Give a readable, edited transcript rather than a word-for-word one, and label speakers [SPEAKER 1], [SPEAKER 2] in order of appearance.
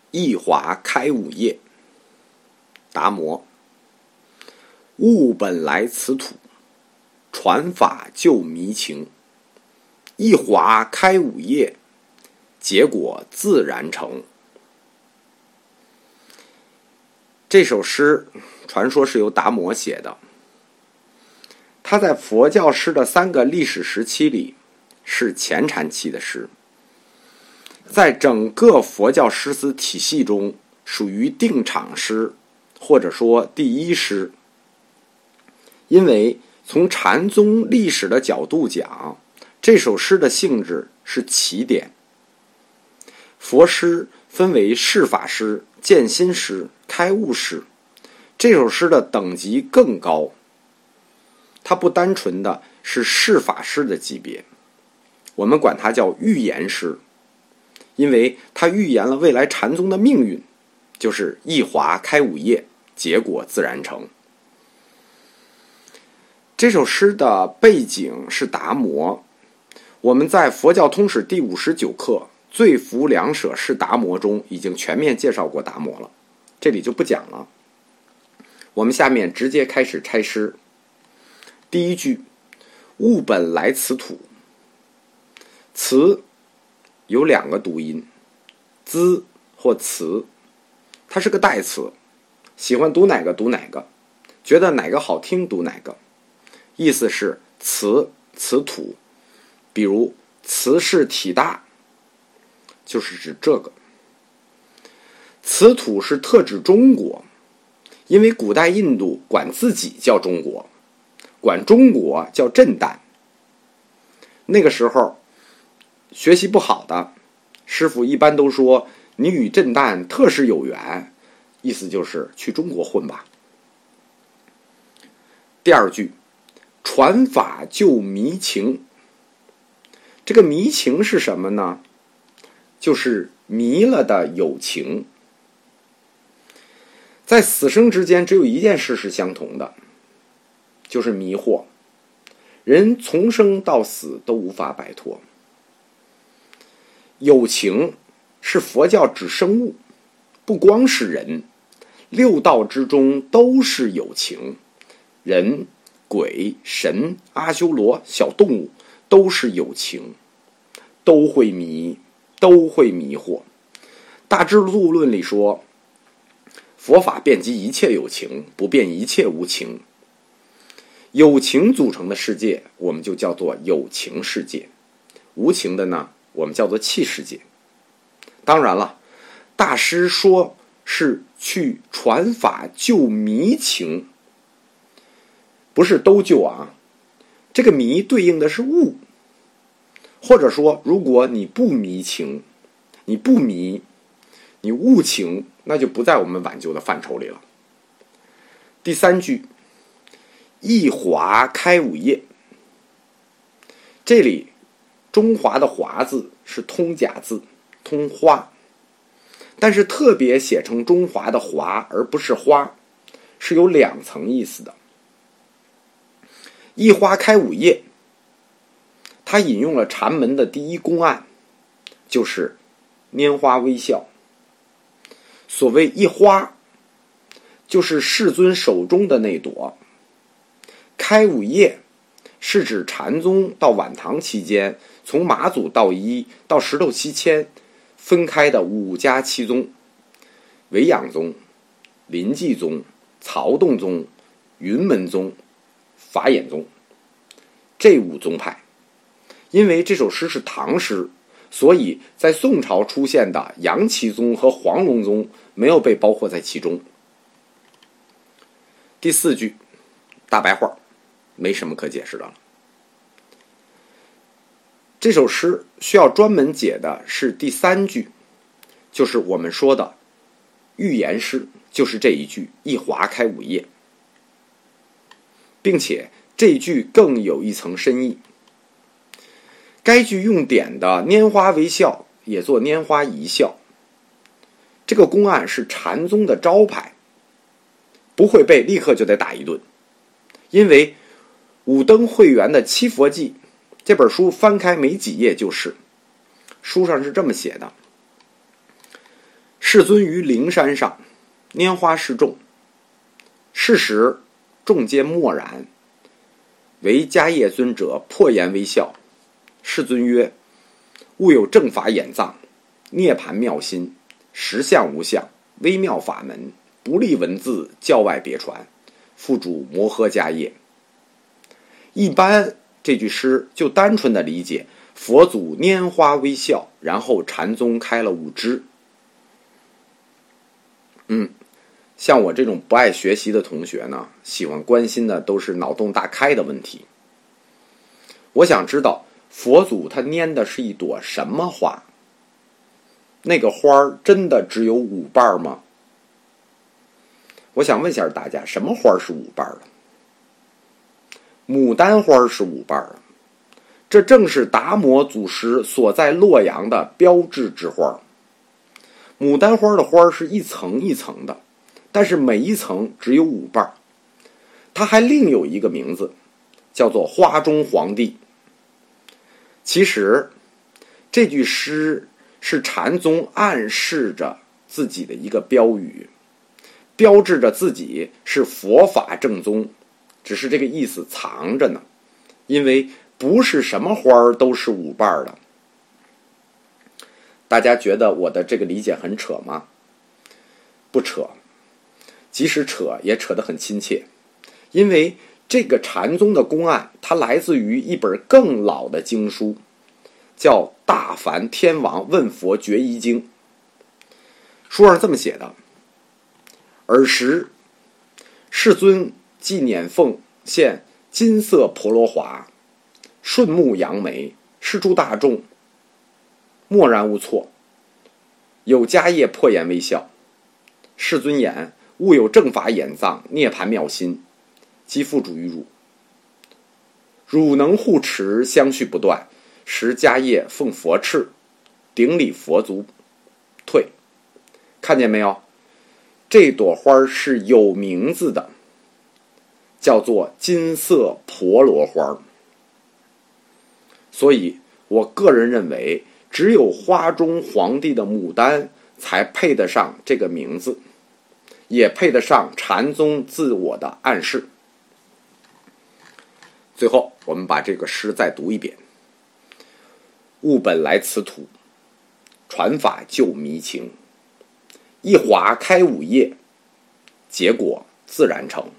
[SPEAKER 1] 一华开五业。达摩。物本来此土，传法救迷情。一华开五业，结果自然成。这首诗传说是由达摩写的，他在佛教诗的3个历史时期里是前禅期的诗，在整个佛教诗词体系中属于定场诗，或者说第一诗。因为从禅宗历史的角度讲，这首诗的性质是起点。佛诗分为释法诗、见心诗、开悟诗，这首诗的等级更高，它不单纯的是释法诗的级别，我们管它叫预言诗，因为它预言了未来禅宗的命运，就是一华开五业，结果自然成。这首诗的背景是达摩，我们在佛教通史第59课最福两舍是达摩中已经全面介绍过达摩了，这里就不讲了。我们下面直接开始拆诗。第一句，物本来此土。词有2个读音，兹或词，它是个代词，喜欢读哪个读哪个，觉得哪个好听读哪个，意思是此土。比如此是体大，就是指这个。此土是特指中国，因为古代印度管自己叫中国，管中国叫震旦。那个时候学习不好的师傅一般都说你与震旦特是有缘，意思就是去中国混吧。第二句，传法救迷情。这个迷情是什么呢？就是迷了的有情。在死生之间只有一件事是相同的，就是迷惑。人从生到死都无法摆脱。有情是佛教指生物，不光是人，6道之中都是有情，人、鬼、神、阿修罗、小动物都是有情，都会迷惑。大智度论里说，佛法遍及一切有情，不遍一切无情。有情组成的世界我们就叫做有情世界，无情的呢我们叫做气世界。当然了，大师说是去传法救迷情，不是都救啊，这个迷对应的是悟，或者说如果你不迷情，你不迷，你悟情，那就不在我们挽救的范畴里了。第3句，一华开五业。这里中华的华字是通假字，通花，但是特别写成中华的华而不是花，是有2层意思的。一花开五业，他引用了禅门的第一公案，就是拈花微笑。所谓一花，就是世尊手中的那朵。开五业是指禅宗到晚唐期间，从马祖道一到石头西迁分开的5家七宗：维养宗、临济宗、曹洞宗、云门宗、法眼宗，这5宗派。因为这首诗是唐诗，所以在宋朝出现的杨岐宗和黄龙宗没有被包括在其中。第4句，大白话，没什么可解释的了。这首诗需要专门解的是第3句，就是我们说的预言诗，就是这一句一华开五业，并且这一句更有一层深意。该句用典的拈花微笑也做拈花一笑，这个公案是禅宗的招牌，不会背立刻就得打一顿。因为武登慧源的《七佛记》这本书翻开没几页就是，书上是这么写的： 世尊于灵山上，拈花示众。是时众皆默然，唯迦叶尊者破颜微笑。世尊曰：悟有正法眼藏，涅盘妙心，实相无相，微妙法门，不立文字，教外别传，付主摩诃迦叶。一般这句诗就单纯的理解佛祖拈花微笑，然后禅宗开了5支。像我这种不爱学习的同学呢，喜欢关心的都是脑洞大开的问题。我想知道佛祖他拈的是一朵什么花？那个花真的只有5瓣吗？我想问一下大家，什么花是5瓣的？牡丹花是5瓣的，这正是达摩祖师所在洛阳的标志之花。牡丹花的花是一层一层的，但是每一层只有5瓣。它还另有一个名字，叫做花中皇帝。其实这句诗是禅宗暗示着自己的一个标语，标志着自己是佛法正宗，只是这个意思藏着呢，因为不是什么花都是5瓣的。大家觉得我的这个理解很扯吗？不扯，即使扯也扯得很亲切，因为这个禅宗的公案它来自于一本更老的经书，叫《大梵天王问佛决疑经》。书上这么写的：尔时世尊即辇奉现金色婆罗华，顺目扬眉，是诸大众默然无措。有迦叶破颜微笑。世尊言：悟有正法眼藏，涅盘妙心，即付主于汝。汝能护持，相续不断，时迦叶奉佛敕，顶礼佛足，退。看见没有？这朵花是有名字的，叫做金色婆罗花。所以我个人认为，只有花中皇帝的牡丹才配得上这个名字，也配得上禅宗自我的暗示。最后我们把这个诗再读一遍：悟本来此土，传法救迷情，一华开5叶，结果自然成。